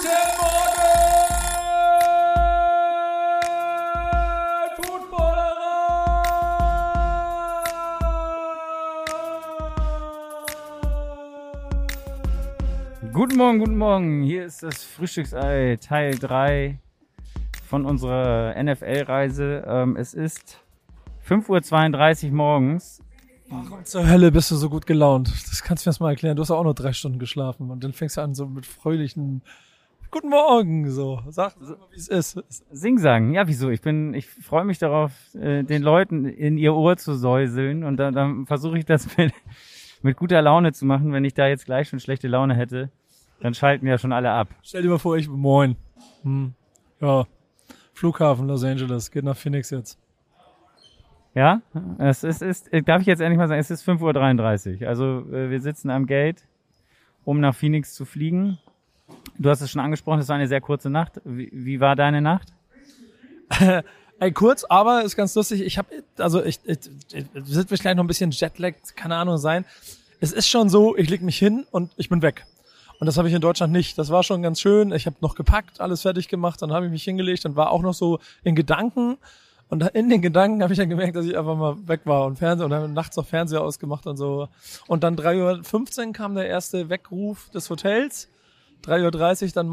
Guten Morgen. Hier ist das Frühstücksei Teil 3 von unserer NFL-Reise. Es ist 5:32 Uhr morgens. Warum zur Hölle bist du so gut gelaunt? Das kannst du mir erst mal erklären. Du hast auch nur 3 Stunden geschlafen und dann fängst du an so mit fröhlichen Guten Morgen, so. Sag mal, wie es ist. Sing-Sang. Ja, wieso? Ich freue mich darauf, den Leuten in ihr Ohr zu säuseln und dann versuche ich das mit guter Laune zu machen. Wenn ich da jetzt gleich schon schlechte Laune hätte, dann schalten ja schon alle ab. Stell dir mal vor, Moin. Ja, Flughafen Los Angeles, geht nach Phoenix jetzt. Ja, darf ich jetzt endlich mal sagen, es ist 5:33 Uhr. Also wir sitzen am Gate, um nach Phoenix zu fliegen. Du hast es schon angesprochen, es war eine sehr kurze Nacht. Wie war deine Nacht? Kurz, aber ist ganz lustig. Wird vielleicht noch ein bisschen Jetlag, keine Ahnung sein. Es ist schon so, ich leg mich hin und ich bin weg. Und das habe ich in Deutschland nicht. Das war schon ganz schön. Ich habe noch gepackt, alles fertig gemacht, dann habe ich mich hingelegt und war auch noch so in Gedanken. Und in den Gedanken habe ich dann gemerkt, dass ich einfach mal weg war und dann nachts noch Fernseher ausgemacht und so. Und dann 3:15 Uhr kam der erste Weckruf des Hotels. 3:30 Uhr dann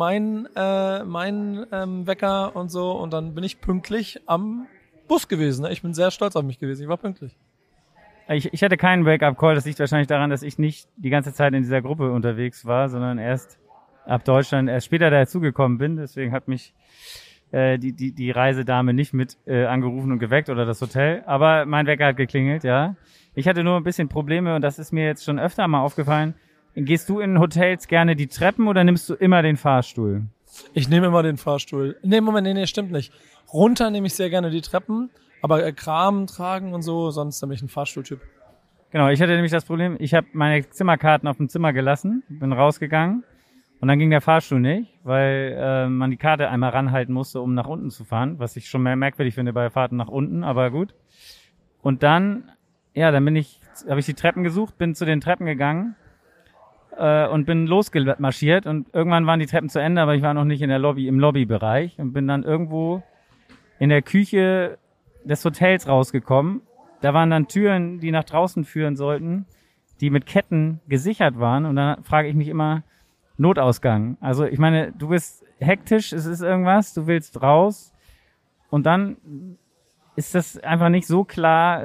mein Wecker und so. Und dann bin ich pünktlich am Bus gewesen. Ich bin sehr stolz auf mich gewesen. Ich war pünktlich. Ich hatte keinen Wake-up-Call. Das liegt wahrscheinlich daran, dass ich nicht die ganze Zeit in dieser Gruppe unterwegs war, sondern erst ab Deutschland erst später dazugekommen bin. Deswegen hat mich die Reisedame nicht mit angerufen und geweckt oder das Hotel. Aber mein Wecker hat geklingelt, ja. Ich hatte nur ein bisschen Probleme und das ist mir jetzt schon öfter mal aufgefallen. Gehst du in Hotels gerne die Treppen oder nimmst du immer den Fahrstuhl? Ich nehme immer den Fahrstuhl. Nee, stimmt nicht. Runter nehme ich sehr gerne die Treppen, aber Kram tragen und so, sonst bin ich ein Fahrstuhltyp. Genau, ich hatte nämlich das Problem, ich habe meine Zimmerkarten auf dem Zimmer gelassen, bin rausgegangen und dann ging der Fahrstuhl nicht, weil man die Karte einmal ranhalten musste, um nach unten zu fahren, was ich schon mehr merkwürdig finde bei Fahrten nach unten, aber gut. Und dann habe ich die Treppen gesucht, bin zu den Treppen gegangen und bin losgemarschiert und irgendwann waren die Treppen zu Ende, aber ich war noch nicht im Lobbybereich und bin dann irgendwo in der Küche des Hotels rausgekommen. Da waren dann Türen, die nach draußen führen sollten, die mit Ketten gesichert waren und dann frage ich mich immer, Notausgang. Also ich meine, du bist hektisch, es ist irgendwas, du willst raus und dann ist das einfach nicht so klar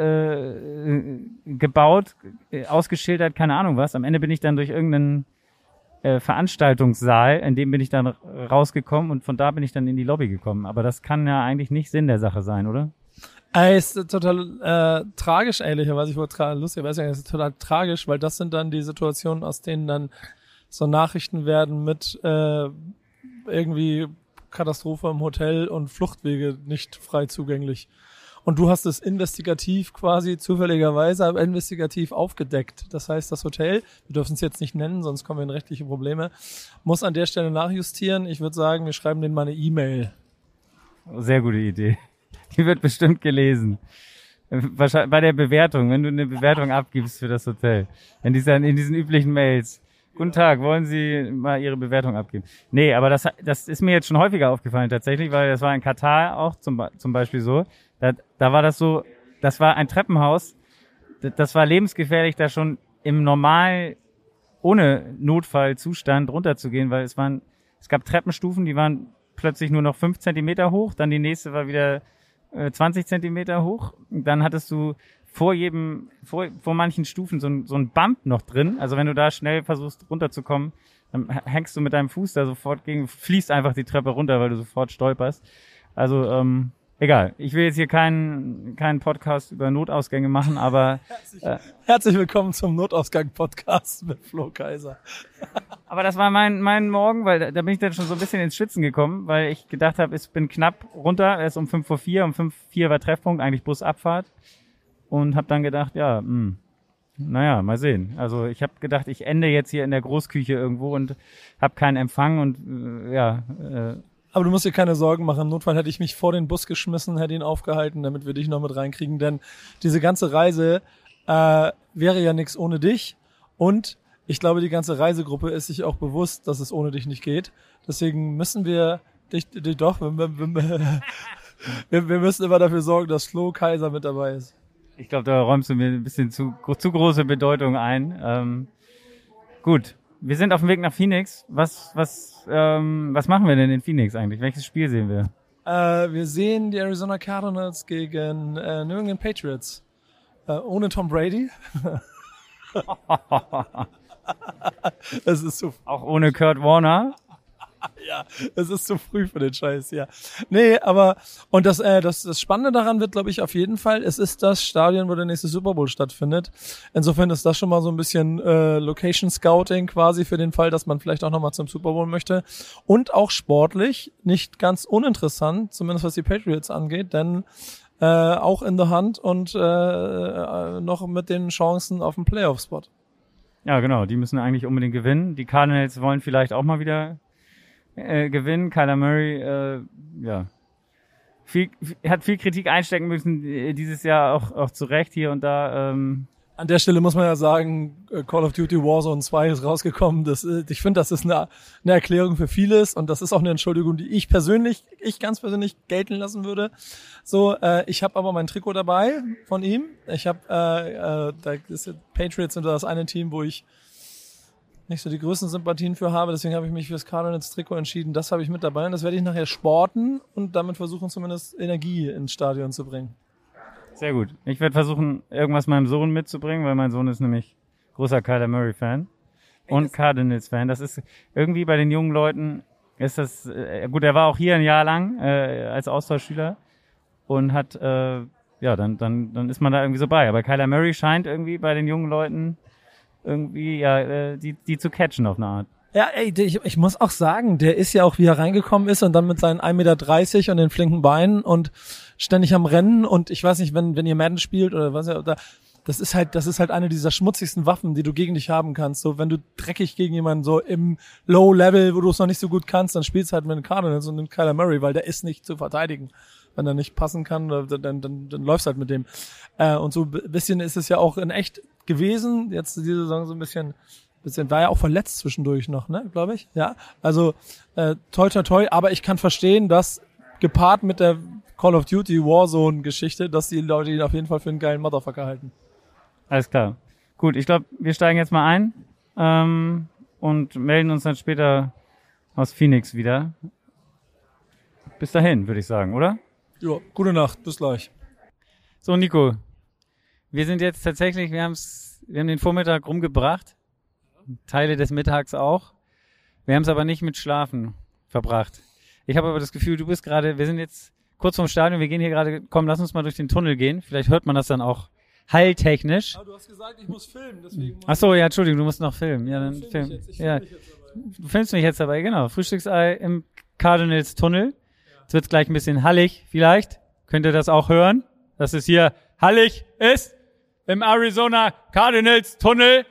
gebaut, ausgeschildert, keine Ahnung was. Am Ende bin ich dann durch irgendeinen Veranstaltungssaal, in dem bin ich dann rausgekommen und von da bin ich dann in die Lobby gekommen. Aber das kann ja eigentlich nicht Sinn der Sache sein, oder? Ist total tragisch, ehrlicherweise. Es ist total tragisch, weil das sind dann die Situationen, aus denen dann so Nachrichten werden mit irgendwie Katastrophe im Hotel und Fluchtwege nicht frei zugänglich. Und du hast es investigativ quasi zufälligerweise, aber investigativ aufgedeckt. Das heißt, das Hotel, wir dürfen es jetzt nicht nennen, sonst kommen wir in rechtliche Probleme, muss an der Stelle nachjustieren. Ich würde sagen, wir schreiben denen mal eine E-Mail. Sehr gute Idee. Die wird bestimmt gelesen. Wahrscheinlich bei der Bewertung, wenn du eine Bewertung abgibst für das Hotel. In diesen üblichen Mails. Guten Tag, wollen Sie mal Ihre Bewertung abgeben? Nee, aber das ist mir jetzt schon häufiger aufgefallen tatsächlich, weil das war in Katar auch zum Beispiel so. Da war das so, das war ein Treppenhaus, das war lebensgefährlich, da schon im normal, ohne Notfallzustand runterzugehen, weil es gab Treppenstufen, die waren plötzlich nur noch 5 Zentimeter hoch, dann die nächste war wieder 20 Zentimeter hoch. Und dann hattest du vor manchen Stufen so ein Bump noch drin. Also wenn du da schnell versuchst runterzukommen, dann hängst du mit deinem Fuß da sofort fließt einfach die Treppe runter, weil du sofort stolperst. Also, egal. Ich will jetzt hier keinen Podcast über Notausgänge machen, aber Herzlich willkommen zum Notausgang-Podcast mit Flo Kaiser. Aber das war mein Morgen, weil da bin ich dann schon so ein bisschen ins Schwitzen gekommen, weil ich gedacht habe, ich bin knapp runter, erst um 5:04, um 5:04 war Treffpunkt, eigentlich Busabfahrt. Und habe dann gedacht, naja, mal sehen. Also ich habe gedacht, ich ende jetzt hier in der Großküche irgendwo und habe keinen Empfang und Aber du musst dir keine Sorgen machen. Im Notfall hätte ich mich vor den Bus geschmissen, hätte ihn aufgehalten, damit wir dich noch mit reinkriegen. Denn diese ganze Reise wäre ja nichts ohne dich. Und ich glaube, die ganze Reisegruppe ist sich auch bewusst, dass es ohne dich nicht geht. Deswegen müssen wir wir müssen immer dafür sorgen, dass Flo Kaiser mit dabei ist. Ich glaube, da räumst du mir ein bisschen zu große Bedeutung ein. Gut, wir sind auf dem Weg nach Phoenix. Was machen wir denn in Phoenix eigentlich? Welches Spiel sehen wir? Wir sehen die Arizona Cardinals gegen New England Patriots. Ohne Tom Brady. Es ist so. Auch ohne Kurt Warner. Ja, es ist zu früh für den Scheiß, ja. Nee, aber, und das Spannende daran wird, glaube ich, auf jeden Fall, es ist das Stadion, wo der nächste Super Bowl stattfindet. Insofern ist das schon mal so ein bisschen Location Scouting quasi für den Fall, dass man vielleicht auch nochmal zum Super Bowl möchte. Und auch sportlich nicht ganz uninteressant, zumindest was die Patriots angeht, denn auch in der Hand und noch mit den Chancen auf den Playoff-Spot. Ja, genau, die müssen eigentlich unbedingt gewinnen. Die Cardinals wollen vielleicht auch mal wieder gewinnen. Kyler Murray, hat viel Kritik einstecken müssen dieses Jahr auch zu Recht hier und da. An der Stelle muss man ja sagen, Call of Duty Warzone 2 ist rausgekommen. Ich finde, das ist eine Erklärung für vieles und das ist auch eine Entschuldigung, die ich ganz persönlich gelten lassen würde. So, ich habe aber mein Trikot dabei von ihm. Ich habe, da ist Patriots sind das eine Team, wo ich nicht so die größten Sympathien für habe, deswegen habe ich mich fürs Cardinals Trikot entschieden. Das habe ich mit dabei und das werde ich nachher sporten und damit versuchen, zumindest Energie ins Stadion zu bringen. Sehr gut. Ich werde versuchen, irgendwas meinem Sohn mitzubringen, weil mein Sohn ist nämlich großer Kyler Murray-Fan und Cardinals-Fan. Das ist irgendwie bei den jungen Leuten, ist das, gut, er war auch hier ein Jahr lang als Austauschschüler und hat, dann ist man da irgendwie so bei. Aber Kyler Murray scheint irgendwie bei den jungen Leuten irgendwie, die zu catchen auf eine Art. Ja, ey, ich muss auch sagen, der ist ja auch, wie er reingekommen ist und dann mit seinen 1,30 Meter und den flinken Beinen und ständig am Rennen und ich weiß nicht, wenn ihr Madden spielt oder was ja, das ist halt eine dieser schmutzigsten Waffen, die du gegen dich haben kannst. So, wenn du dreckig gegen jemanden so im Low Level, wo du es noch nicht so gut kannst, dann spielst du halt mit den Cardinals und mit Kyler Murray, weil der ist nicht zu verteidigen. Wenn er nicht passen kann, dann läufst halt mit dem. Und so ein bisschen ist es ja auch in echt gewesen. Jetzt diese Saison so ein bisschen war ja auch verletzt zwischendurch noch, ne, glaube ich. Ja, also toi toi toi. Aber ich kann verstehen, dass gepaart mit der Call of Duty Warzone Geschichte, dass die Leute ihn auf jeden Fall für einen geilen Motherfucker halten. Alles klar. Gut, ich glaube, wir steigen jetzt mal ein und melden uns dann später aus Phoenix wieder. Bis dahin, würde ich sagen, oder? Ja, gute Nacht, bis gleich. So, Nico, wir sind jetzt tatsächlich, wir haben den Vormittag rumgebracht, Teile des Mittags auch. Wir haben es aber nicht mit Schlafen verbracht. Ich habe aber das Gefühl, wir sind jetzt kurz vorm Stadion, wir gehen hier gerade, komm, lass uns mal durch den Tunnel gehen. Vielleicht hört man das dann auch heiltechnisch. Aber du hast gesagt, ich muss filmen, deswegen... Ach so, ja, Entschuldigung, du musst noch filmen. Ja, dann film. Du filmst mich jetzt dabei, genau. Frühstücksei im Cardinals Tunnel. Jetzt wird's gleich ein bisschen hallig, vielleicht. Könnt ihr das auch hören, dass es hier hallig ist im Arizona Cardinals Tunnel.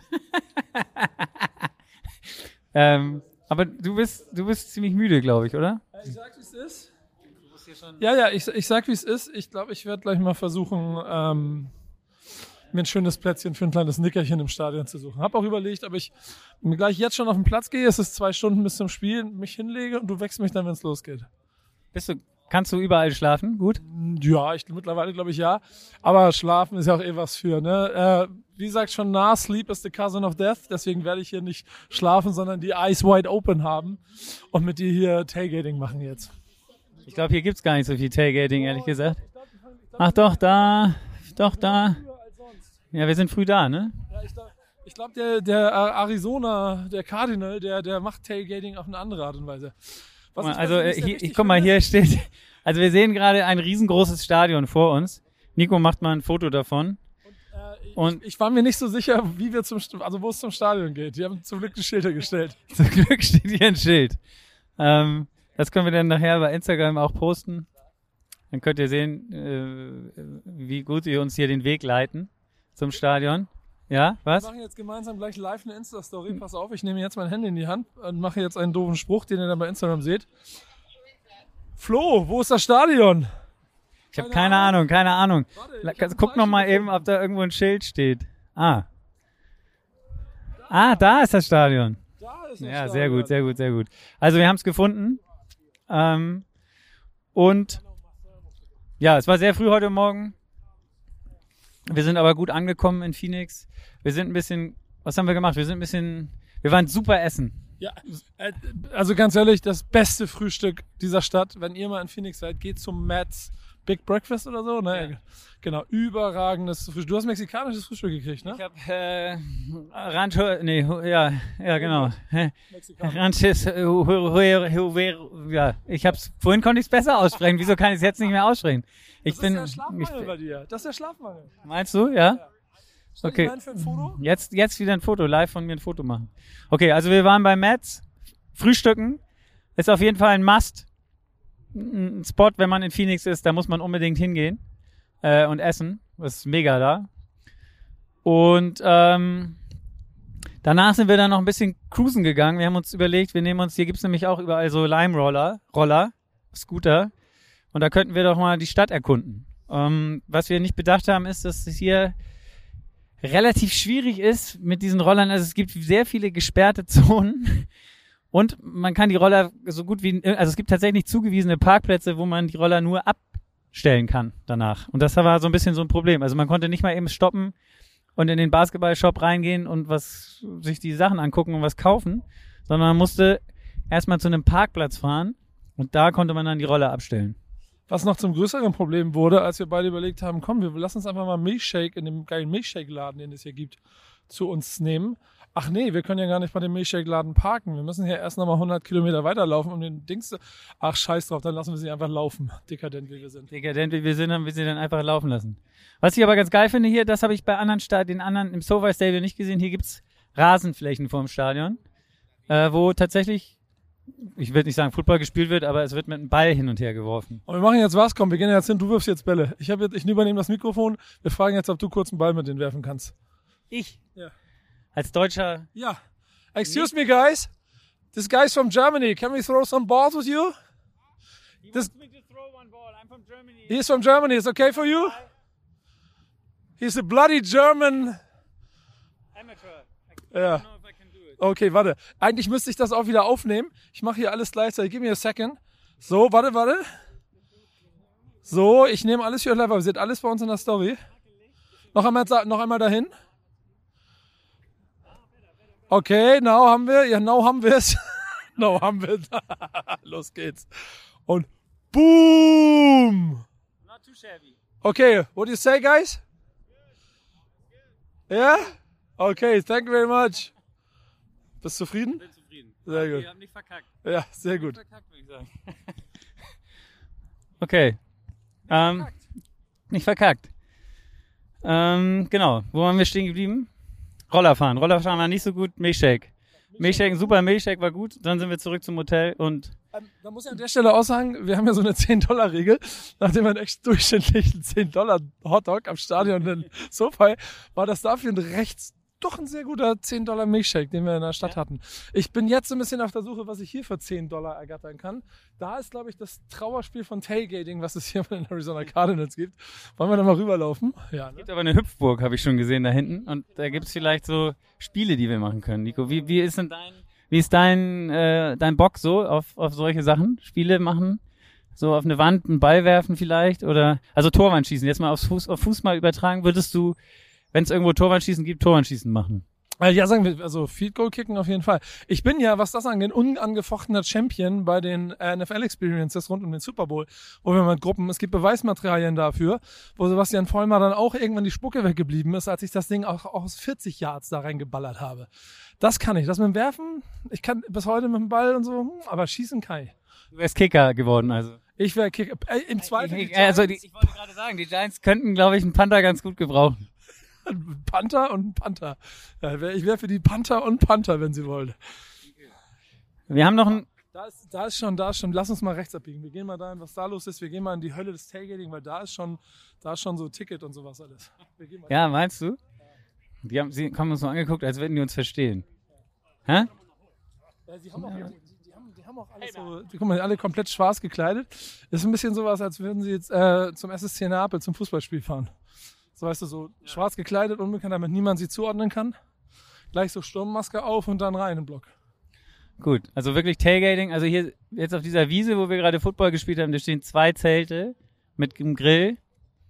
Aber du bist ziemlich müde, glaube ich, oder? Ich sag, wie es ist. Ja, ich sag, wie es ist. Ich glaube, ich werde gleich mal versuchen, mir ein schönes Plätzchen für ein kleines Nickerchen im Stadion zu suchen. Hab auch überlegt, ob ich gleich jetzt schon auf den Platz gehe, es ist 2 Stunden bis zum Spiel, mich hinlege und du wächst mich dann, wenn es losgeht. Kannst du überall schlafen? Gut? Ja, mittlerweile glaube ich ja. Aber schlafen ist ja auch was für, ne? Wie sagt schon Sleep is the cousin of death. Deswegen werde ich hier nicht schlafen, sondern die eyes wide open haben und mit dir hier Tailgating machen jetzt. Ich glaube, hier gibt's gar nicht so viel Tailgating, ehrlich gesagt. Ach doch, da. Ja, wir sind früh da, ne? Ja, ich glaube, der Arizona, der Cardinal, der macht Tailgating auf eine andere Art und Weise. Guck mal, hier steht, also wir sehen gerade ein riesengroßes Stadion vor uns. Nico macht mal ein Foto davon. Und ich war mir nicht so sicher, wo es zum Stadion geht. Die haben zum Glück die Schilder gestellt. Zum Glück steht hier ein Schild. Das können wir dann nachher bei Instagram auch posten. Dann könnt ihr sehen, wie gut wir uns hier den Weg leiten zum Stadion. Ja, was? Wir machen jetzt gemeinsam gleich live eine Insta-Story. Pass auf, ich nehme jetzt mein Handy in die Hand und mache jetzt einen doofen Spruch, den ihr dann bei Instagram seht. Flo, wo ist das Stadion? Ich habe keine Ahnung. Warte, guck noch mal eben, ob da irgendwo ein Schild steht. Da Da ist das Stadion. Da ist das Ja, Stadion. sehr gut, sehr gut, sehr gut. Also wir haben es gefunden. Und ja, es war sehr früh heute Morgen. Wir sind aber gut angekommen in Phoenix. Wir sind ein bisschen, was haben wir gemacht? Wir waren super essen. Ja, also ganz ehrlich, das beste Frühstück dieser Stadt, wenn ihr mal in Phoenix seid, geht zum Matt's Big Breakfast oder so, ne? Ja. Genau, überragendes Frühstück. Du hast mexikanisches Frühstück gekriegt, ne? Ich habe Rancho, nee, ja, genau. Ranches, ja, vorhin konnte ich es besser aussprechen. Wieso kann ich es jetzt nicht mehr aussprechen? Das ist der Schlafmangel bei dir. Das ist der Schlafmangel. Meinst du, ja? Soll Okay. ich meinen für ein Foto? Jetzt wieder ein Foto, live von mir ein Foto machen. Okay, also wir waren bei Matt's. Frühstücken ist auf jeden Fall ein Must. Ein Spot, wenn man in Phoenix ist, da muss man unbedingt hingehen und essen. Das ist mega da. Und danach sind wir dann noch ein bisschen cruisen gegangen. Wir haben uns überlegt, hier gibt's nämlich auch überall so Lime-Roller, Scooter. Und da könnten wir doch mal die Stadt erkunden. Was wir nicht bedacht haben, ist, dass es hier relativ schwierig ist mit diesen Rollern. Also es gibt sehr viele gesperrte Zonen. Und man kann die Roller also es gibt tatsächlich zugewiesene Parkplätze, wo man die Roller nur abstellen kann danach. Und das war so ein bisschen so ein Problem. Also man konnte nicht mal eben stoppen und in den Basketballshop reingehen und sich die Sachen angucken und was kaufen, sondern man musste erstmal zu einem Parkplatz fahren und da konnte man dann die Roller abstellen. Was noch zum größeren Problem wurde, als wir beide überlegt haben, komm, wir lassen uns einfach mal Milchshake in dem geilen Milchshake-Laden, den es hier gibt, zu uns nehmen. Ach nee, wir können ja gar nicht bei dem Milchshake-Laden parken. Wir müssen hier erst nochmal 100 Kilometer weiterlaufen, um den Dings zu... Ach, scheiß drauf, dann lassen wir sie einfach laufen. Dekadent, wie wir sind. Dekadent, wie wir sind, haben wir sie dann einfach laufen lassen. Was ich aber ganz geil finde hier, das habe ich bei den anderen im SoFi Stadium nicht gesehen. Hier gibt's Rasenflächen vorm Stadion, wo tatsächlich, ich will nicht sagen Football gespielt wird, aber es wird mit einem Ball hin und her geworfen. Und wir machen jetzt was, komm, wir gehen jetzt hin, du wirfst jetzt Bälle. Ich übernehme das Mikrofon, wir fragen jetzt, ob du kurz einen Ball mit denen werfen kannst. Ich? Ja. Als Deutscher? Ja. Excuse me, guys. This guy's from Germany. Can we throw some balls with you? He wants me to throw one ball. I'm from Germany. He's from Germany. It's okay for you? He's a bloody German. Amateur. Ja. I don't know if I can do it. Okay, warte. Eigentlich müsste ich das auch wieder aufnehmen. Ich mache hier alles gleichzeitig. Give me a second. So, warte. So, ich nehme alles für euch live. Ihr seht alles bei uns in der Story. Noch einmal dahin. Okay, now haben wir es. Now haben wir es. Los geht's. Und boom! Not too shabby. Okay, what do you say, guys? Ja? Okay, thank you very much. Bist du zufrieden? Bin zufrieden. Sehr gut. Wir haben nicht verkackt. Ja, sehr gut. Verkackt, würde ich sagen. Okay. Nicht verkackt. Genau. Wo waren wir stehen geblieben? Rollerfahren war nicht so gut. Milchshake, super Milchshake war gut. Dann sind wir zurück zum Hotel und... Da muss ich an der Stelle auch sagen, wir haben ja so eine 10-Dollar-Regel. Nachdem wir einen echt durchschnittlichen 10-Dollar-Hotdog am Stadion in SoFi, war das dafür doch ein sehr guter 10-Dollar Milchshake, den wir in der Stadt hatten. Ich bin jetzt so ein bisschen auf der Suche, was ich hier für 10 Dollar ergattern kann. Da ist, glaube ich, das Trauerspiel von Tailgating, was es hier bei den Arizona Cardinals gibt. Wollen wir da mal rüberlaufen? Ja, ne? Gibt aber eine Hüpfburg, habe ich schon gesehen da hinten. Und da gibt's vielleicht so Spiele, die wir machen können. Nico, wie ist dein Bock so auf solche Sachen? Spiele machen? So auf eine Wand einen Ball werfen vielleicht? Oder also Torwand schießen. Jetzt mal auf Fuß mal übertragen. Würdest du, wenn es irgendwo Torwandschießen gibt, Torwandschießen machen? Ja, sagen wir, also Field Goal Kicken auf jeden Fall. Ich bin ja, was das angeht, unangefochtener Champion bei den NFL Experiences rund um den Super Bowl, wo wir mit Gruppen, es gibt Beweismaterialien dafür, wo Sebastian Vollmer dann auch irgendwann die Spucke weggeblieben ist, als ich das Ding auch aus 40 Yards da reingeballert habe. Das kann ich. Das mit dem Werfen, ich kann bis heute mit dem Ball und so, aber schießen kann ich. Du wärst Kicker geworden, also. Ich wäre Kicker. Im Zweifel. Ich wollte gerade sagen, die Giants könnten, glaube ich, einen Panther ganz gut gebrauchen. Ein Panther und ein Panther. Ja, ich wäre für die Panther und Panther, wenn sie wollen. Wir haben noch ein... Da ist schon, lass uns mal rechts abbiegen. Wir gehen mal dahin, was da los ist. Wir gehen mal in die Hölle des Tailgating, weil da ist schon so Ticket und sowas alles. Ja, meinst du? Sie haben uns so angeguckt, als würden die uns verstehen. Hä? Ja, die haben auch alles so, guck mal, alle komplett schwarz gekleidet. Ist ein bisschen sowas, als würden sie jetzt zum SSC Neapel zum Fußballspiel fahren. So, weißt du, so schwarz gekleidet, unbekannt, damit niemand sie zuordnen kann. gleich so Sturmmaske auf und dann rein im Block. Gut, also wirklich Tailgating. Also hier jetzt auf dieser Wiese, wo wir gerade Football gespielt haben, da stehen 2 Zelte mit einem Grill.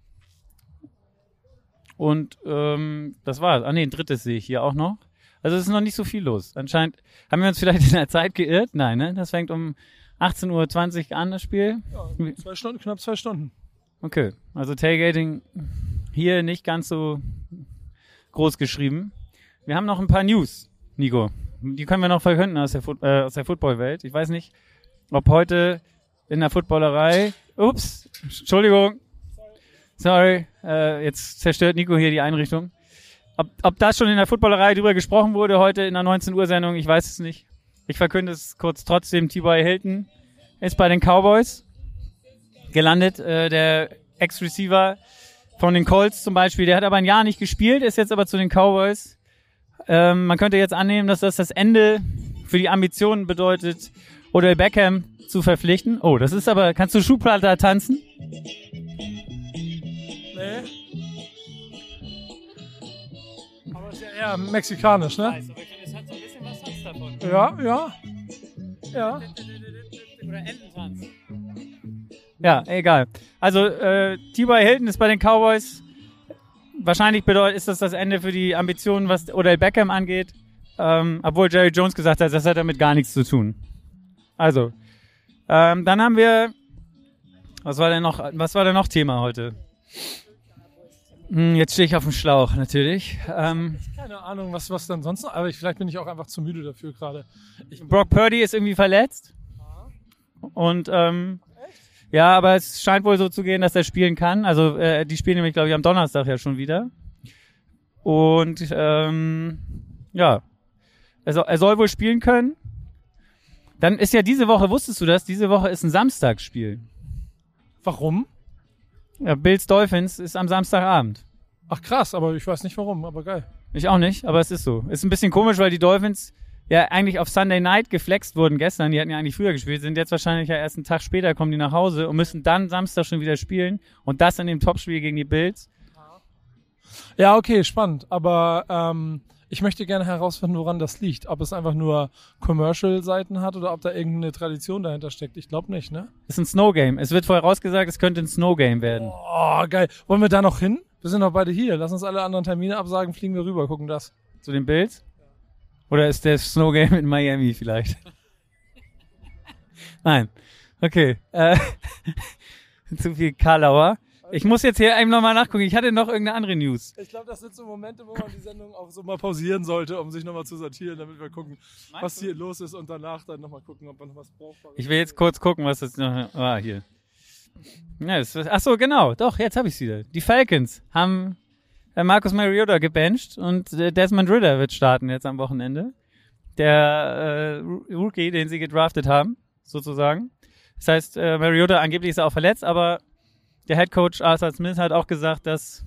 Und das war's. Ah ne, ein drittes sehe ich hier auch noch. Also es ist noch nicht so viel los. Anscheinend haben wir uns vielleicht in der Zeit geirrt. Nein, ne? Das fängt um 18:20 Uhr an, das Spiel. Ja, 2 Stunden, knapp 2 Stunden. Okay, also Tailgating hier nicht ganz so groß geschrieben. Wir haben noch ein paar News, Nico. Die können wir noch verkünden aus der Football-Welt. Ich weiß nicht, ob heute in der Footballerei... Ups, Entschuldigung. Sorry, jetzt zerstört Nico hier die Einrichtung. Ob da schon in der Footballerei drüber gesprochen wurde heute in der 19 Uhr Sendung, ich weiß es nicht. Ich verkünde es kurz trotzdem. T.Y. Hilton ist bei den Cowboys gelandet. Der Ex-Receiver von den Colts zum Beispiel, der hat aber ein Jahr nicht gespielt, ist jetzt aber zu den Cowboys. Man könnte jetzt annehmen, dass das Ende für die Ambitionen bedeutet, Odell Beckham zu verpflichten. Oh, das ist aber... Kannst du Schuhplatter tanzen? Nee. Aber ist ja eher mexikanisch, ne? Es hat so ein bisschen was Tanz davon. Ja. Oder Ententanz. Ja, egal. Also, T.Y. Hilton ist bei den Cowboys. Wahrscheinlich ist das Ende für die Ambitionen, was Odell Beckham angeht. Obwohl Jerry Jones gesagt hat, das hat damit gar nichts zu tun. Also, dann haben wir... Was war denn noch Thema heute? Jetzt stehe ich auf dem Schlauch, natürlich. Keine Ahnung, was dann sonst noch, aber vielleicht bin ich auch einfach zu müde dafür gerade. Brock Purdy ist irgendwie verletzt. Und ja, aber es scheint wohl so zu gehen, dass er spielen kann. Also die spielen nämlich, glaube ich, am Donnerstag ja schon wieder. Und ja, er soll wohl spielen können. Dann ist ja diese Woche, wusstest du das? Diese Woche ist ein Samstagsspiel. Warum? Ja, Bills Dolphins ist am Samstagabend. Ach krass, aber ich weiß nicht warum, aber geil. Ich auch nicht, aber es ist so. Ist ein bisschen komisch, weil die Dolphins ja eigentlich auf Sunday Night geflext wurden gestern. Die hatten ja eigentlich früher gespielt, sind jetzt wahrscheinlich ja erst einen Tag später, kommen die nach Hause und müssen dann Samstag schon wieder spielen. Und das in dem Topspiel gegen die Bills. Ja, okay, spannend. Aber ich möchte gerne herausfinden, woran das liegt. Ob es einfach nur Commercial-Seiten hat oder ob da irgendeine Tradition dahinter steckt. Ich glaube nicht, ne? Es ist ein Snow-Game. Es wird vorher rausgesagt, es könnte ein Snow-Game werden. Oh, geil. Wollen wir da noch hin? Wir sind doch beide hier. Lass uns alle anderen Termine absagen, fliegen wir rüber, gucken das. Zu den Bills? Oder ist der Snow-Game in Miami vielleicht? Nein. Okay. Zu viel Karlauer. Ich muss jetzt hier eben nochmal nachgucken. Ich hatte noch irgendeine andere News. Ich glaube, das sind so Momente, wo man die Sendung auch so mal pausieren sollte, um sich nochmal zu sortieren, damit wir gucken, was hier los ist und danach dann nochmal gucken, ob man noch was braucht. Ich will jetzt kurz gucken, was das noch... Ah, hier. Ja, ach so, genau. Doch, jetzt habe ich es wieder. Die Falcons haben Marcus Mariota gebencht und Desmond Ridder wird starten jetzt am Wochenende. Der Rookie, den sie gedraftet haben, sozusagen. Das heißt, Mariota angeblich ist er auch verletzt, aber der Headcoach Arthur Smith hat auch gesagt, dass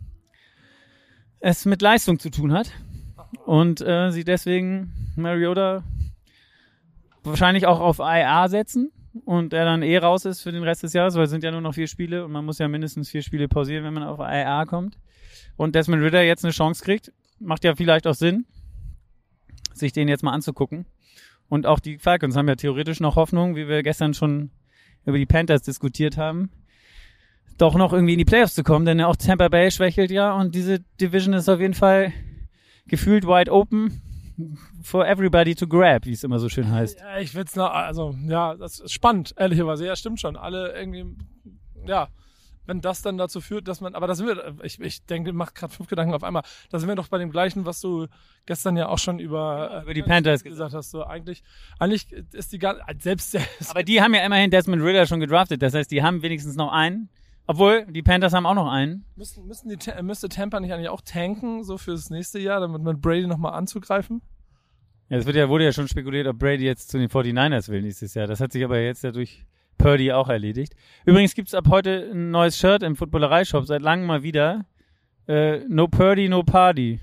es mit Leistung zu tun hat und sie deswegen Mariota wahrscheinlich auch auf IR setzen und er dann raus ist für den Rest des Jahres, weil es sind ja nur noch 4 Spiele und man muss ja mindestens 4 Spiele pausieren, wenn man auf IR kommt. Und Desmond Ridder jetzt eine Chance kriegt, macht ja vielleicht auch Sinn, sich den jetzt mal anzugucken. Und auch die Falcons haben ja theoretisch noch Hoffnung, wie wir gestern schon über die Panthers diskutiert haben, doch noch irgendwie in die Playoffs zu kommen, denn ja auch Tampa Bay schwächelt ja und diese Division ist auf jeden Fall gefühlt wide open for everybody to grab, wie es immer so schön heißt. Ja, ich will's noch, also, ja, das ist spannend, ehrlicherweise. Ja, stimmt schon. Alle irgendwie, ja, wenn das dann dazu führt, dass man, aber das wird, ich denke, mach gerade 5 Gedanken auf einmal. Da sind wir doch bei dem gleichen, was du gestern ja auch schon über die Panthers gesagt hast. So, eigentlich ist die gar, selbst aber die haben ja immerhin Desmond Ridder schon gedraftet, das heißt, die haben wenigstens noch einen. Obwohl, die Panthers haben auch noch einen. Müsste Tampa nicht eigentlich auch tanken, so fürs nächste Jahr, damit mit Brady nochmal anzugreifen? Ja, es wurde ja schon spekuliert, ob Brady jetzt zu den 49ers will nächstes Jahr. Das hat sich aber jetzt ja durch Purdy auch erledigt. Übrigens gibt's ab heute ein neues Shirt im Footballerei-Shop, seit langem mal wieder. No Purdy, no Party.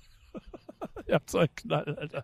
Ihr habt so einen Knall, Alter.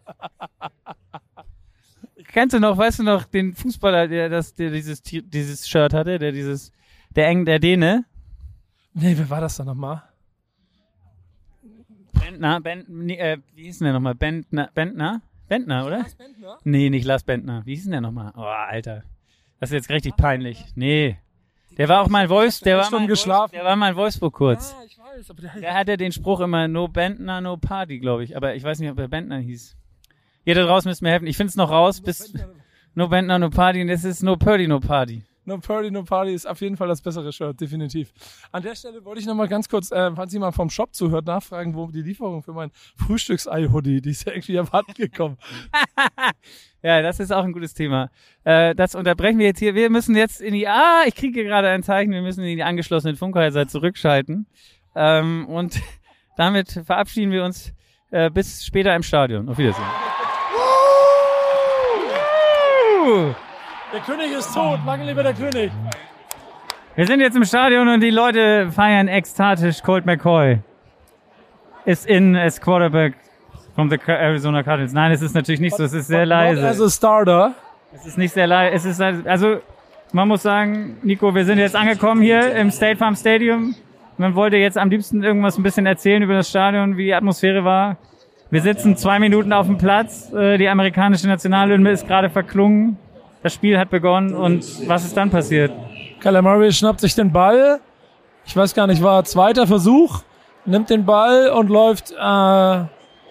Kennst du noch, weißt du noch, den Fußballer, der dieses Shirt hatte, der Däne? Nee, wer war das dann nochmal? Wie hieß denn der nochmal? Bentner, oder? Lars Bentner? Nee, nicht Lars Bentner. Wie hieß denn der nochmal? Oh, Alter. Das ist jetzt richtig peinlich. Nee. Der war auch mal in Wolfsburg. Der war mal in Wolfsburg kurz. Ja, ich weiß. Aber Der hatte den Spruch immer, no Bentner, no Party, glaube ich. Aber ich weiß nicht, ob er Bentner hieß. Ihr da draußen müsst mir helfen. Ich finde es noch raus. No Bentner, no Party. Und es ist no Purdy, no Party. No Purdy, no Party ist auf jeden Fall das bessere Shirt, definitiv. An der Stelle wollte ich noch mal ganz kurz, falls jemand vom Shop zuhört, nachfragen, wo die Lieferung für mein Frühstücksei-Hoodie, die ist ja irgendwie erwartet gekommen. Ja, das ist auch ein gutes Thema. Das unterbrechen wir jetzt hier. Wir müssen jetzt ich kriege gerade ein Zeichen, wir müssen in die angeschlossenen Funkhäuser zurückschalten. Und damit verabschieden wir uns bis später im Stadion. Auf Wiedersehen. Der König ist tot, lange lebe der König. Wir sind jetzt im Stadion und die Leute feiern ekstatisch. Colt McCoy ist in as Quarterback from the Arizona Cardinals. Nein, es ist natürlich nicht so, es ist sehr leise. As a starter. Es ist nicht sehr leise, es ist also, man muss sagen, Nico, wir sind jetzt angekommen hier im State Farm Stadium. Man wollte jetzt am liebsten irgendwas ein bisschen erzählen über das Stadion, wie die Atmosphäre war. Wir sitzen 2 Minuten auf dem Platz, die amerikanische Nationalhymne ist gerade verklungen. Das Spiel hat begonnen und was ist dann passiert? Kyler Murray schnappt sich den Ball. Ich weiß gar nicht, war zweiter Versuch. Nimmt den Ball und läuft einfach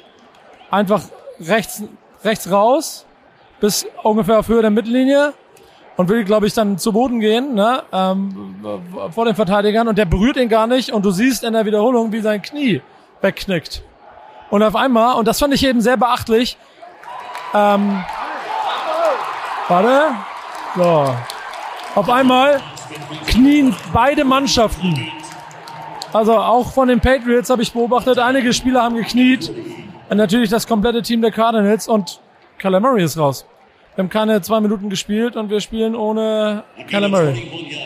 rechts raus bis ungefähr auf Höhe der Mittellinie und will, glaube ich, dann zu Boden gehen, ne, vor den Verteidigern und der berührt ihn gar nicht und du siehst in der Wiederholung, wie sein Knie wegknickt. Und auf einmal, und das fand ich eben sehr beachtlich, auf einmal knien beide Mannschaften. Also auch von den Patriots habe ich beobachtet, einige Spieler haben gekniet. Und natürlich das komplette Team der Cardinals und Kyler Murray ist raus. Wir haben keine 2 Minuten gespielt und wir spielen ohne Kyler Murray.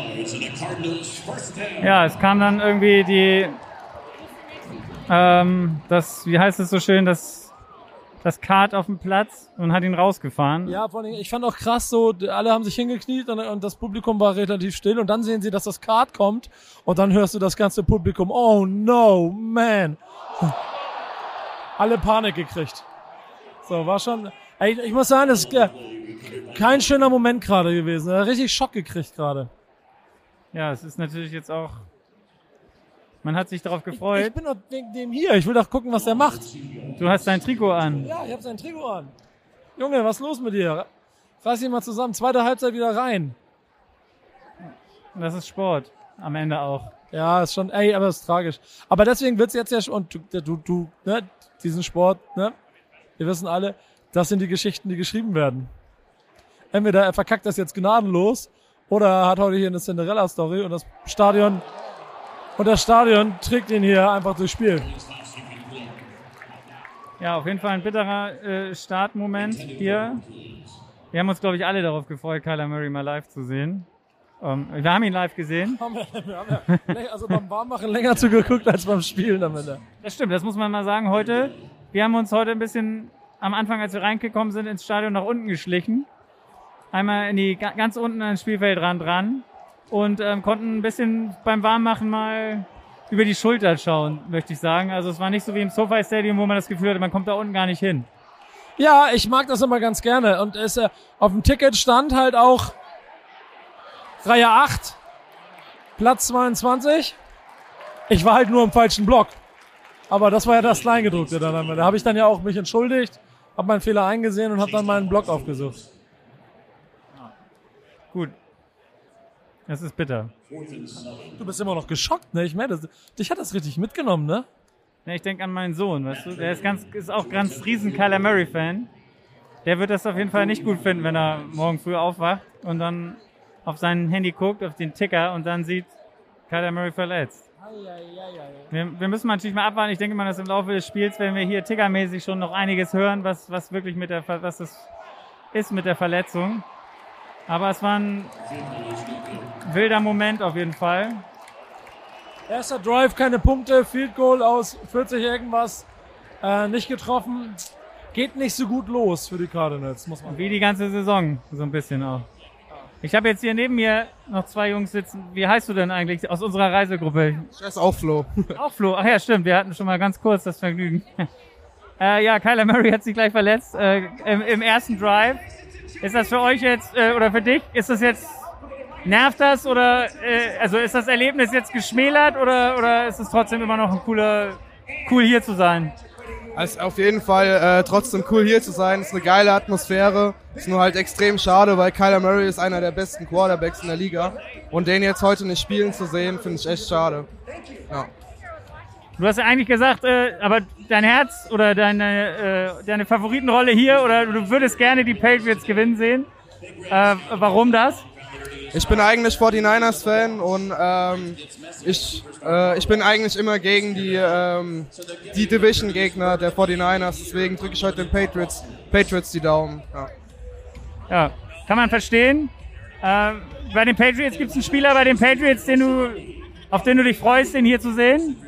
Ja, es kam dann irgendwie wie heißt es so schön, das Kart auf dem Platz und hat ihn rausgefahren. Ja, vor allem, ich fand auch krass so, alle haben sich hingekniet und das Publikum war relativ still und dann sehen sie, dass das Kart kommt und dann hörst du das ganze Publikum, oh no, man. Alle Panik gekriegt. So, war schon, ich muss sagen, das ist kein schöner Moment gerade gewesen. Richtig Schock gekriegt gerade. Ja, es ist natürlich jetzt auch, man hat sich darauf gefreut. Ich bin doch wegen dem hier. Ich will doch gucken, was der macht. Du hast dein Trikot an. Ja, ich habe sein Trikot an. Junge, was ist los mit dir? Reiß dich mal zusammen. Zweite Halbzeit wieder rein. Das ist Sport. Am Ende auch. Ja, ist schon, aber ist tragisch. Aber deswegen wird's jetzt ja schon, und du, ne, diesen Sport, ne, wir wissen alle, das sind die Geschichten, die geschrieben werden. Entweder er verkackt das jetzt gnadenlos, oder er hat heute hier eine Cinderella-Story und das Stadion trägt ihn hier einfach durchs Spiel. Ja, auf jeden Fall ein bitterer Startmoment hier. Wir haben uns, glaube ich, alle darauf gefreut, Kyler Murray mal live zu sehen. Wir haben ihn live gesehen. Wir haben ja also beim Warmmachen länger zugeguckt als beim Spielen am Ende. Das stimmt, das muss man mal sagen. Wir haben uns heute ein bisschen am Anfang, als wir reingekommen sind, ins Stadion nach unten geschlichen. Einmal ganz unten ans Spielfeldrand ran und konnten ein bisschen beim Warmmachen mal über die Schulter schauen, möchte ich sagen. Also es war nicht so wie im SoFi Stadium, wo man das Gefühl hatte, man kommt da unten gar nicht hin. Ja, ich mag das immer ganz gerne. Und auf dem Ticket stand halt auch Reihe 8, Platz 22. Ich war halt nur im falschen Block. Aber das war ja das Kleingedruckte dann. Da habe ich dann ja auch mich entschuldigt, habe meinen Fehler eingesehen und habe dann meinen Block aufgesucht. Gut. Das ist bitter. Du bist immer noch geschockt, ne? Ich meine, dich hat das richtig mitgenommen, ne? Ja, ich denke an meinen Sohn, weißt du? Der ist auch ganz riesen Kyler Murray-Fan. Der wird das auf jeden Fall nicht gut finden, wenn er morgen früh aufwacht und dann auf sein Handy guckt, auf den Ticker und dann sieht, Kyler Murray verletzt. Wir müssen natürlich mal abwarten. Ich denke mal, dass im Laufe des Spiels werden wir hier tickermäßig schon noch einiges hören, was wirklich was das ist mit der Verletzung. Aber es war ein wilder Moment auf jeden Fall. Erster Drive, keine Punkte, Field Goal aus 40 irgendwas, nicht getroffen. Geht nicht so gut los für die Cardinals, muss man sagen. Wie die ganze Saison, so ein bisschen auch. Ich habe jetzt hier neben mir noch zwei Jungs sitzen. Wie heißt du denn eigentlich aus unserer Reisegruppe? Ich heiße auch Flo. Auch Flo. Ach ja, stimmt. Wir hatten schon mal ganz kurz das Vergnügen. Ja, Kyler Murray hat sich gleich verletzt im ersten Drive. Ist das für euch jetzt oder für dich? Ist das jetzt nervt das oder also ist das Erlebnis jetzt geschmälert oder ist es trotzdem immer noch cool hier zu sein? Also auf jeden Fall trotzdem cool hier zu sein. Ist eine geile Atmosphäre. Ist nur halt extrem schade, weil Kyler Murray ist einer der besten Quarterbacks in der Liga. Und den jetzt heute nicht spielen zu sehen, finde ich echt schade. Ja. Du hast ja eigentlich gesagt, aber dein Herz oder deine Favoritenrolle hier oder du würdest gerne die Patriots gewinnen sehen. Warum das? Ich bin eigentlich 49ers-Fan und ich bin eigentlich immer gegen die Division-Gegner der 49ers. Deswegen drücke ich heute den Patriots die Daumen. Ja, kann man verstehen. Bei den Patriots gibt es einen Spieler bei den Patriots, auf den du dich freust, den hier zu sehen?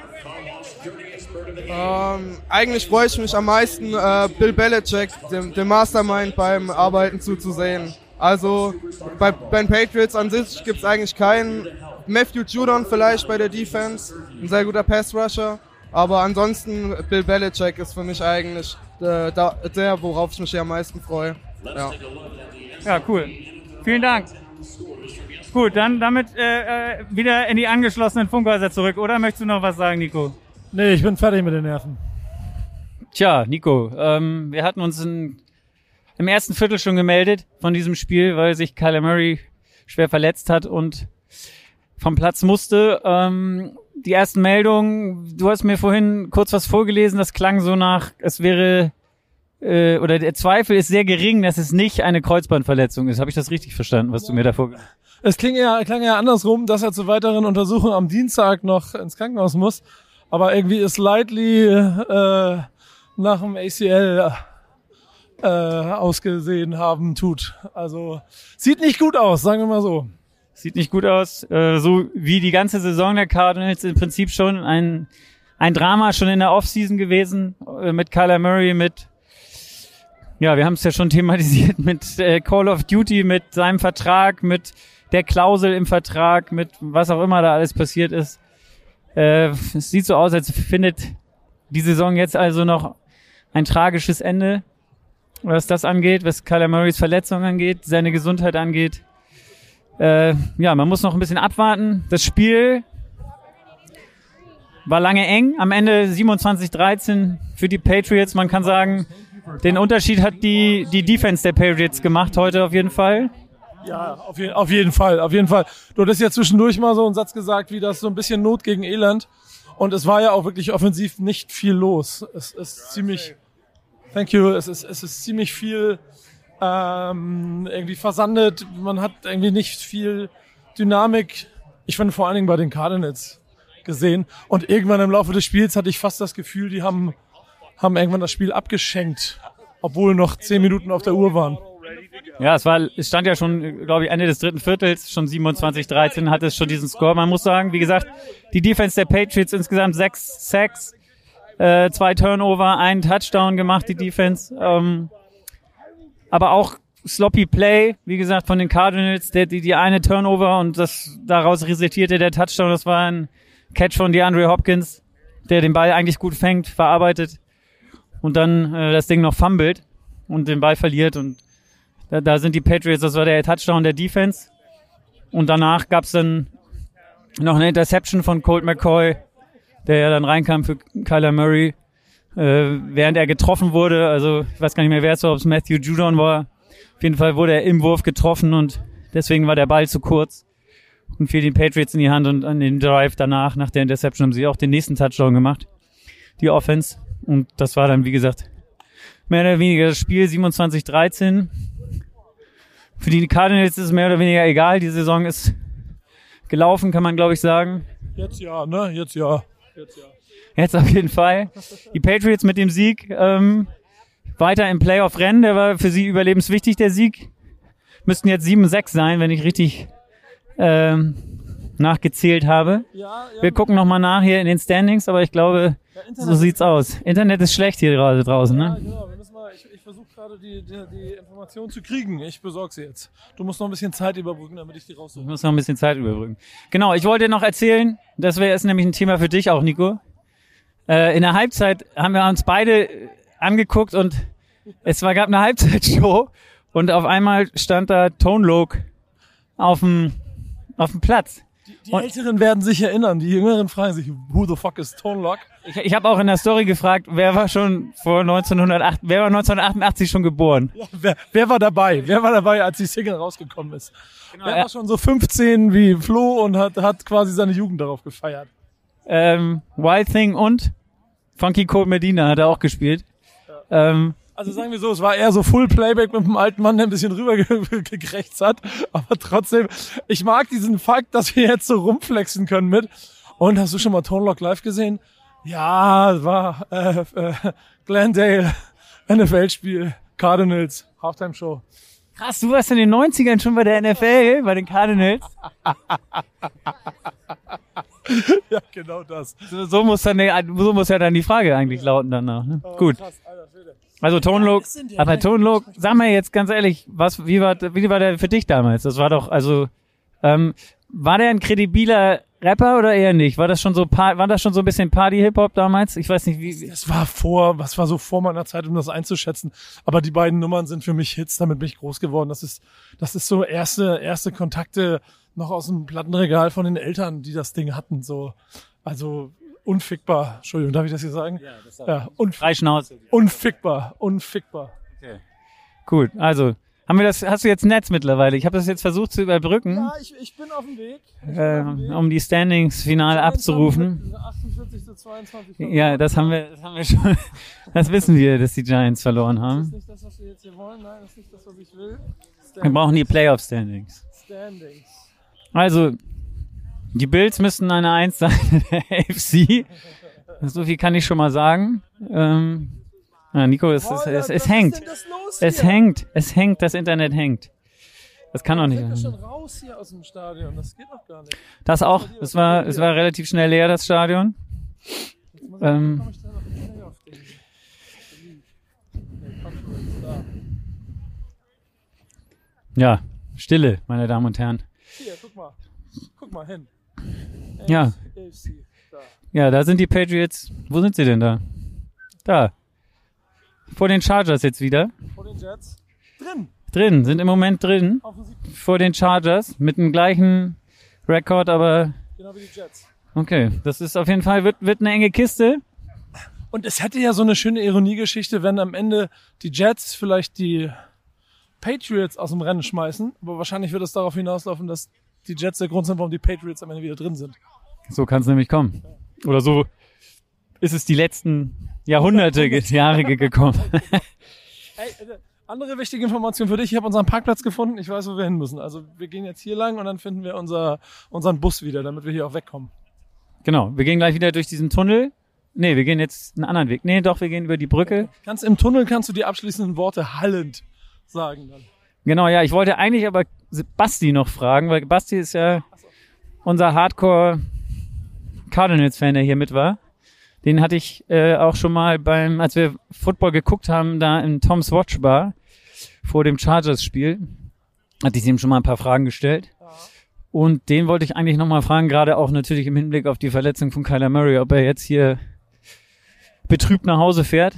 Eigentlich freue ich mich am meisten, Bill Belichick, dem Mastermind beim Arbeiten zuzusehen. Also bei den Patriots an sich gibt es eigentlich keinen. Matthew Judon vielleicht bei der Defense, ein sehr guter Pass-Rusher. Aber ansonsten Bill Belichick ist für mich eigentlich der, worauf ich mich hier am meisten freue. Ja, cool. Vielen Dank. Gut, dann damit wieder in die angeschlossenen Funkhäuser zurück. Oder möchtest du noch was sagen, Nico? Nee, ich bin fertig mit den Nerven. Tja, Nico, wir hatten uns im ersten Viertel schon gemeldet von diesem Spiel, weil sich Kyler Murray schwer verletzt hat und vom Platz musste. Die ersten Meldungen, du hast mir vorhin kurz was vorgelesen, das klang so nach, es wäre, oder der Zweifel ist sehr gering, dass es nicht eine Kreuzbandverletzung ist. Habe ich das richtig verstanden, was du mir davor gesagt hast? Es klang ja andersrum, dass er zur weiteren Untersuchung am Dienstag noch ins Krankenhaus muss. Aber irgendwie ist Likely nach dem ACL ausgesehen haben tut. Also sieht nicht gut aus, sagen wir mal so. Sieht nicht gut aus, so wie die ganze Saison der Cardinals im Prinzip schon ein Drama schon in der Offseason gewesen mit Kyler Murray, wir haben es ja schon thematisiert mit Call of Duty, mit seinem Vertrag, mit der Klausel im Vertrag, mit was auch immer da alles passiert ist. Es sieht so aus, als findet die Saison jetzt also noch ein tragisches Ende, was das angeht, was Kyler Murrays Verletzung angeht, seine Gesundheit angeht. Man muss noch ein bisschen abwarten. Das Spiel war lange eng. Am Ende 27-13 für die Patriots. Man kann sagen, den Unterschied hat die Defense der Patriots gemacht heute auf jeden Fall. Ja, auf jeden Fall. Du hattest ja zwischendurch mal so einen Satz gesagt, wie das so ein bisschen Not gegen Elend. Und es war ja auch wirklich offensiv nicht viel los. Es ist ziemlich, es ist ziemlich viel irgendwie versandet. Man hat irgendwie nicht viel Dynamik. Ich fand vor allen Dingen bei den Cardinals gesehen. Und irgendwann im Laufe des Spiels hatte ich fast das Gefühl, die haben irgendwann das Spiel abgeschenkt, obwohl noch 10 Minuten auf der Uhr waren. Ja, es stand ja schon, glaube ich, Ende des dritten Viertels, schon 27-13 hat es schon diesen Score. Man muss sagen, wie gesagt, die Defense der Patriots insgesamt 6 Sacks, 2 Turnover, 1 Touchdown gemacht, die Defense. Aber auch sloppy Play, wie gesagt, von den Cardinals, die eine Turnover und daraus resultierte der Touchdown. Das war ein Catch von DeAndre Hopkins, der den Ball eigentlich gut fängt, verarbeitet und dann das Ding noch fummelt und den Ball verliert. Und da sind die Patriots, das war der Touchdown der Defense. Und danach gab es dann noch eine Interception von Colt McCoy, der ja dann reinkam für Kyler Murray, während er getroffen wurde. Also ich weiß gar nicht mehr, wer es war, ob es Matthew Judon war. Auf jeden Fall wurde er im Wurf getroffen und deswegen war der Ball zu kurz und fiel den Patriots in die Hand. Und an den Drive danach, nach der Interception, haben sie auch den nächsten Touchdown gemacht, die Offense. Und das war dann, wie gesagt, mehr oder weniger das Spiel 27-13. Für die Cardinals ist es mehr oder weniger egal. Die Saison ist gelaufen, kann man, glaube ich, sagen. Jetzt ja, ne? Jetzt ja. Jetzt auf jeden Fall. Die Patriots mit dem Sieg weiter im Playoff-Rennen. Der war für sie überlebenswichtig, der Sieg. Müssten jetzt 7-6 sein, wenn ich richtig nachgezählt habe. Ja. Wir gucken nochmal nach hier in den Standings, aber ich glaube, so sieht's aus. Internet ist schlecht hier gerade draußen, ne? Ja, genau. Wir müssen mal, ich versuche gerade die Information zu kriegen. Ich besorge sie jetzt. Du musst noch ein bisschen Zeit überbrücken, damit ich die raussuche. Ich muss noch ein bisschen Zeit überbrücken. Genau, ich wollte noch erzählen, das ist nämlich ein Thema für dich auch, Nico. In der Halbzeit haben wir uns beide angeguckt und gab eine Halbzeitshow und auf einmal stand da Tone Loc auf dem Platz. Die Älteren werden sich erinnern, die Jüngeren fragen sich, who the fuck is Tone Loc? Ich habe auch in der Story gefragt, wer war 1988 schon geboren? Ja, wer war dabei? Wer war dabei, als die Single rausgekommen ist? Genau, wer war schon so 15 wie Flo und hat quasi seine Jugend darauf gefeiert? Wild Thing und Funky Cold Medina hat er auch gespielt. Ja. Also sagen wir so, es war eher so Full Playback mit einem alten Mann, der ein bisschen rüber gekrächzt hat. Aber trotzdem, ich mag diesen Fakt, dass wir jetzt so rumflexen können mit. Und hast du schon mal Tone Loc live gesehen? Ja, war Glendale, NFL-Spiel, Cardinals, Halftime-Show. Krass, du warst in den 90ern schon bei der NFL, bei den Cardinals. Ja, genau das. So muss ja dann die Frage eigentlich lauten danach. Ne? Gut. Krass, Alter, Schwede. Also Tone Loc, aber Tone Loc, sag mal jetzt ganz ehrlich, wie war der für dich damals? Das war doch, war der ein kredibiler Rapper oder eher nicht? War das schon so ein bisschen Party-Hip-Hop damals? Ich weiß nicht, wie. Das war so vor meiner Zeit, um das einzuschätzen. Aber die beiden Nummern sind für mich Hits, damit bin ich groß geworden. Das ist so erste Kontakte noch aus dem Plattenregal von den Eltern, die das Ding hatten, so. Also, unfickbar. Entschuldigung, darf ich das hier sagen? Ja, das ja, Freischnauze. Unfickbar. Okay. Gut, also, hast du jetzt Netz mittlerweile? Ich habe das jetzt versucht zu überbrücken. Ja, ich bin auf dem Weg. Um die Standings final abzurufen. 48-22. Ja, das haben wir schon. Das wissen wir, dass die Giants verloren haben. Das ist nicht das, was wir jetzt hier wollen. Nein, das ist nicht das, was ich will. Wir brauchen die Playoff-Standings. Also, die Bills müssten eine 1 sein in der AFC. So viel kann ich schon mal sagen. Nico, es hängt. Es hängt, das Internet hängt. Das kann doch nicht sein. Ich bin schon raus hier aus dem Stadion, das geht noch gar nicht. Das auch, es war relativ schnell leer, das Stadion. Ja, Stille, meine Damen und Herren. Hier, guck mal hin. Ja. Ja, da sind die Patriots. Wo sind sie denn da? Da. Vor den Chargers jetzt wieder. Vor den Jets. Sind im Moment drin. Vor den Chargers. Mit dem gleichen Rekord, aber... Genau wie die Jets. Okay, das ist auf jeden Fall, wird eine enge Kiste. Und es hätte ja so eine schöne Ironiegeschichte, wenn am Ende die Jets vielleicht die Patriots aus dem Rennen schmeißen. Aber wahrscheinlich wird es darauf hinauslaufen, dass die Jets der Grund sind, warum die Patriots am Ende wieder drin sind. So kann es nämlich kommen. Oder so ist es die letzten Jahre gekommen. Hey, andere wichtige Information für dich. Ich habe unseren Parkplatz gefunden. Ich weiß, wo wir hin müssen. Also wir gehen jetzt hier lang und dann finden wir unseren Bus wieder, damit wir hier auch wegkommen. Genau, wir gehen gleich wieder durch diesen Tunnel. Nee, wir gehen jetzt einen anderen Weg. Nee, doch, wir gehen über die Brücke. Im Tunnel kannst du die abschließenden Worte hallend sagen dann. Genau, ja, ich wollte eigentlich aber Basti noch fragen, weil Basti ist ja unser Hardcore Cardinals-Fan, der hier mit war. Den hatte ich auch schon mal als wir Football geguckt haben, da in Tom's Watch Bar vor dem Chargers-Spiel, hatte ich ihm schon mal ein paar Fragen gestellt. Ja. Und den wollte ich eigentlich nochmal fragen, gerade auch natürlich im Hinblick auf die Verletzung von Kyler Murray, ob er jetzt hier betrübt nach Hause fährt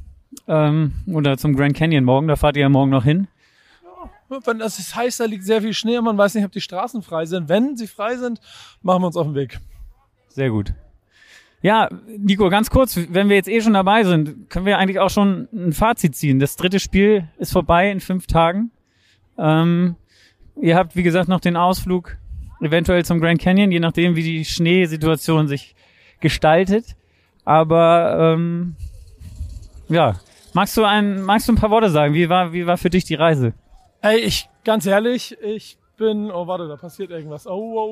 oder zum Grand Canyon morgen, da fahrt ihr ja morgen noch hin. Ja, wenn das heißt, da liegt sehr viel Schnee und man weiß nicht, ob die Straßen frei sind. Wenn sie frei sind, machen wir uns auf den Weg. Sehr gut. Ja, Nico, ganz kurz, wenn wir jetzt schon dabei sind, können wir eigentlich auch schon ein Fazit ziehen. Das dritte Spiel ist vorbei in 5 Tagen. Ihr habt, wie gesagt, noch den Ausflug eventuell zum Grand Canyon, je nachdem, wie die Schneesituation sich gestaltet. Aber ja, magst du ein paar Worte sagen? Wie war für dich die Reise? Hey, ganz ehrlich, oh warte, da passiert irgendwas.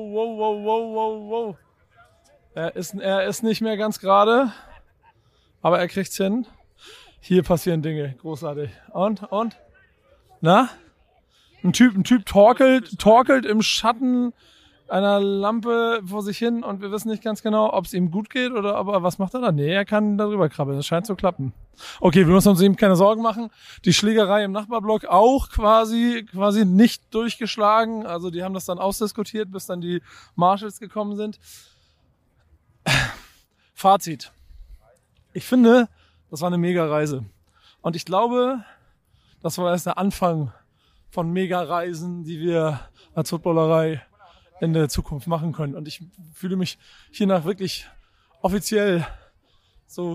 Oh. Er ist nicht mehr ganz gerade, aber er kriegt's hin. Hier passieren Dinge, großartig. Und? Na? Ein Typ torkelt im Schatten einer Lampe vor sich hin und wir wissen nicht ganz genau, ob es ihm gut geht oder aber was macht er da? Nee, er kann da drüber krabbeln. Das scheint zu klappen. Okay, wir müssen uns eben keine Sorgen machen. Die Schlägerei im Nachbarblock auch quasi nicht durchgeschlagen. Also die haben das dann ausdiskutiert, bis dann die Marshals gekommen sind. Fazit. Ich finde, das war eine Mega-Reise. Und ich glaube, das war erst der Anfang von Mega-Reisen, die wir als Footballerei in der Zukunft machen können. Und ich fühle mich hiernach wirklich offiziell so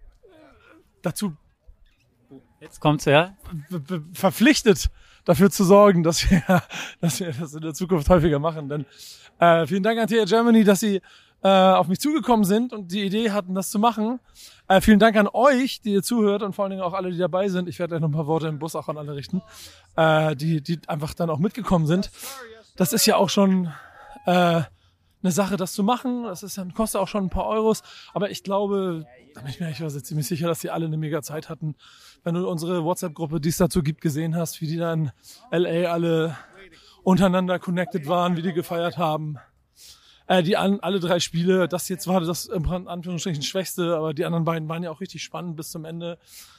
dazu Jetzt kommt's, ja. verpflichtet, dafür zu sorgen, dass wir das in der Zukunft häufiger machen. Denn vielen Dank an TR Germany, dass Sie auf mich zugekommen sind und die Idee hatten, das zu machen. Vielen Dank an euch, die ihr zuhört und vor allen Dingen auch alle, die dabei sind. Ich werde gleich noch ein paar Worte im Bus auch an alle richten, die einfach dann auch mitgekommen sind. Das ist ja auch schon eine Sache, das zu machen. Das ist dann kostet auch schon ein paar Euros. Aber ich glaube, da bin ich mir eigentlich ziemlich sicher, dass die alle eine mega Zeit hatten. Wenn du unsere WhatsApp-Gruppe, die es dazu gibt, gesehen hast, wie die da in LA alle untereinander connected waren, wie die gefeiert haben. Alle 3 Spiele, das jetzt war das im Anführungsstrichen schwächste, aber die anderen beiden waren ja auch richtig spannend bis zum Ende.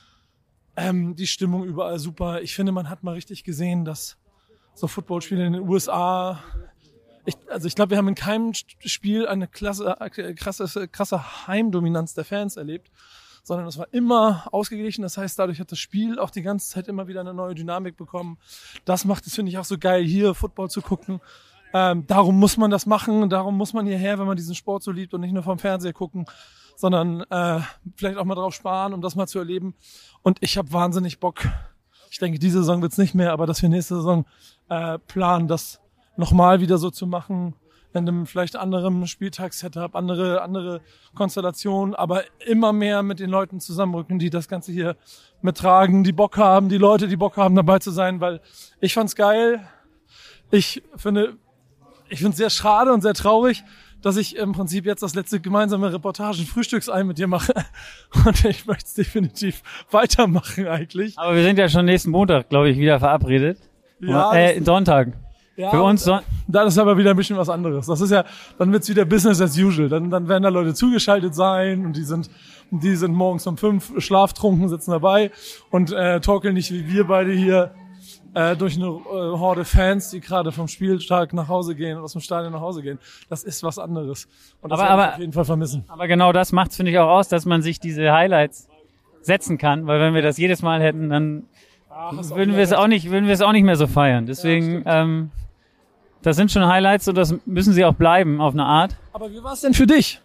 Die Stimmung überall super. Ich finde, man hat mal richtig gesehen, dass so Footballspiele in den USA, ich glaube, wir haben in keinem Spiel eine krasse Heimdominanz der Fans erlebt, sondern es war immer ausgeglichen. Das heißt, dadurch hat das Spiel auch die ganze Zeit immer wieder eine neue Dynamik bekommen. Das macht es, finde ich, auch so geil, hier Football zu gucken. Darum muss man das machen, darum muss man hierher, wenn man diesen Sport so liebt und nicht nur vom Fernseher gucken, sondern vielleicht auch mal drauf sparen, um das mal zu erleben. Und ich habe wahnsinnig Bock. Ich denke, diese Saison wird's nicht mehr, aber dass wir nächste Saison planen, das nochmal wieder so zu machen, in einem vielleicht anderen Spieltagssetup, andere Konstellationen, aber immer mehr mit den Leuten zusammenrücken, die das Ganze hier mittragen, die Bock haben, die Leute, die Bock haben, dabei zu sein, weil ich fand's geil. Ich finde es sehr schade und sehr traurig, dass ich im Prinzip jetzt das letzte gemeinsame Reportagen-Frühstücksei mit dir mache. Und ich möchte es definitiv weitermachen eigentlich. Aber wir sind ja schon nächsten Montag, glaube ich, wieder verabredet. Ja, Sonntag. Ja, für uns dann ist aber wieder ein bisschen was anderes. Das ist ja, dann wird's wieder Business as usual. Dann werden da Leute zugeschaltet sein und die sind morgens um 5 schlaftrunken, sitzen dabei und torkeln nicht wie wir beide hier durch eine Horde Fans, die gerade vom Spieltag nach Hause gehen, aus dem Stadion nach Hause gehen. Das ist was anderes. Und das werde ich auf jeden Fall vermissen. Aber genau das macht's, finde ich, auch aus, dass man sich diese Highlights setzen kann, weil wenn wir das jedes Mal hätten, dann würden wir es auch nicht mehr so feiern. Deswegen, das sind schon Highlights und das müssen sie auch bleiben auf eine Art. Aber wie war's denn für dich?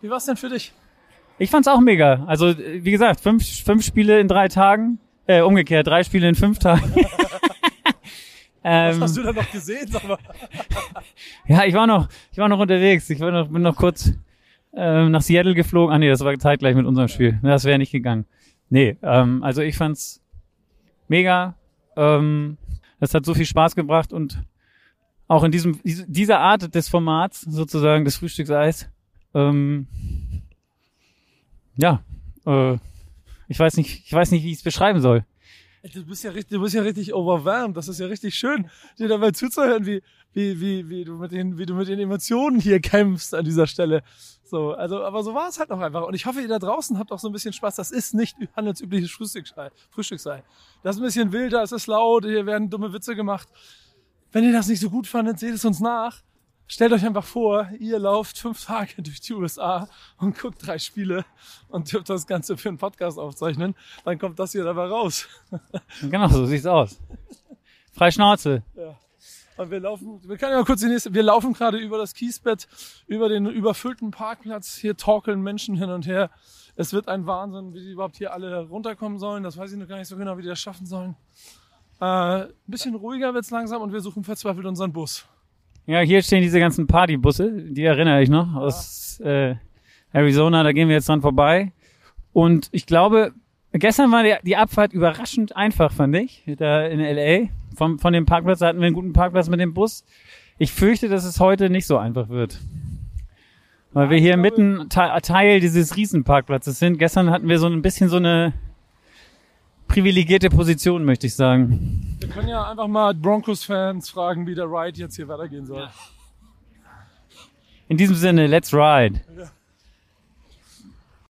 Ich fand's auch mega. Also, wie gesagt, 5 Spiele in 3 Tagen, umgekehrt, 3 Spiele in 5 Tagen. Was hast du da noch gesehen? Sag mal. Ja, ich war noch unterwegs. Bin noch kurz nach Seattle geflogen. Ah nee, das war zeitgleich mit unserem Spiel. Das wäre nicht gegangen. Nee, also ich fand's mega. Es hat so viel Spaß gebracht und auch in dieser Art des Formats, sozusagen des Frühstückseis, ich weiß nicht, wie ich es beschreiben soll. Du bist ja richtig overwhelmed. Das ist ja richtig schön, dir dabei zuzuhören, wie du mit den Emotionen hier kämpfst an dieser Stelle. So, also, aber so war es halt noch einfach. Und ich hoffe, ihr da draußen habt auch so ein bisschen Spaß. Das ist nicht handelsübliches Frühstücksei. Das ist ein bisschen wilder, es ist laut, hier werden dumme Witze gemacht. Wenn ihr das nicht so gut fandet, seht es uns nach. Stellt euch einfach vor, ihr lauft 5 Tage durch die USA und guckt 3 Spiele und dürft das Ganze für einen Podcast aufzeichnen. Dann kommt das hier dabei raus. Genau, so sieht's aus. Frei Schnauze. Ja. Und wir laufen gerade über das Kiesbett, über den überfüllten Parkplatz. Hier torkeln Menschen hin und her. Es wird ein Wahnsinn, wie die überhaupt hier alle runterkommen sollen. Das weiß ich noch gar nicht so genau, wie die das schaffen sollen. Ein bisschen ruhiger wird's langsam und wir suchen verzweifelt unseren Bus. Ja, hier stehen diese ganzen Partybusse, die erinnere ich noch, aus Arizona, da gehen wir jetzt dran vorbei. Und ich glaube, gestern war die Abfahrt überraschend einfach, fand ich, da in L.A. Von dem Parkplatz, da hatten wir einen guten Parkplatz mit dem Bus. Ich fürchte, dass es heute nicht so einfach wird. Weil wir hier mitten Teil dieses Riesenparkplatzes sind. Gestern hatten wir so ein bisschen so eine privilegierte Position, möchte ich sagen. Wir können ja einfach mal Broncos-Fans fragen, wie der Ride jetzt hier weitergehen soll. Ja. In diesem Sinne, let's ride.